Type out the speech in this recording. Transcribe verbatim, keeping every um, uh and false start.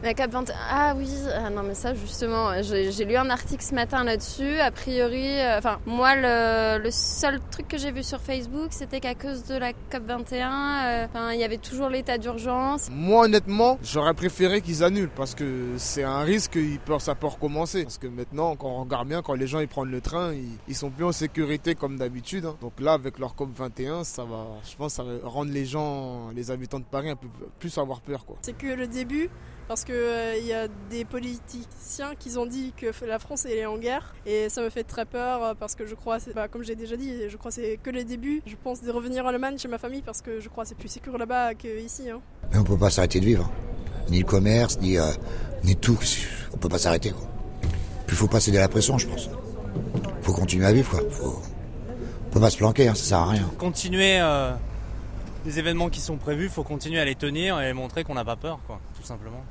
La COP vingt et un, ah oui, ah non mais ça justement, j'ai, j'ai lu un article ce matin là-dessus, a priori, euh, enfin moi le, le seul truc que j'ai vu sur Facebook c'était qu'à cause de la COP vingt et un, euh, il y avait toujours l'état d'urgence. Moi honnêtement, j'aurais préféré qu'ils annulent parce que c'est un risque, ils peuvent, ça peut recommencer. Parce que maintenant, quand on regarde bien, quand les gens ils prennent le train, ils, ils sont plus en sécurité comme d'habitude. Hein. Donc là, avec leur COP vingt et un, ça va, je pense, ça va rendre les gens, les habitants de Paris un peu plus avoir peur, quoi. C'est que le début. Parce qu'il euh, y a des politiciens qui ont dit que la France elle est en guerre et ça me fait très peur parce que je crois, c'est, bah, comme j'ai déjà dit, je crois que c'est que le début. Je pense de revenir en Allemagne chez ma famille parce que je crois que c'est plus sûr là-bas qu'ici. Hein. Mais on peut pas s'arrêter de vivre. Ni le commerce, ni, euh, ni tout. On peut pas s'arrêter. Quoi. Puis faut pas céder à la pression, je pense. Faut continuer à vivre. Quoi. Faut... On peut pas se planquer, hein, ça sert à rien. Continuer euh, les événements qui sont prévus, faut continuer à les tenir et montrer qu'on n'a pas peur, quoi, tout simplement.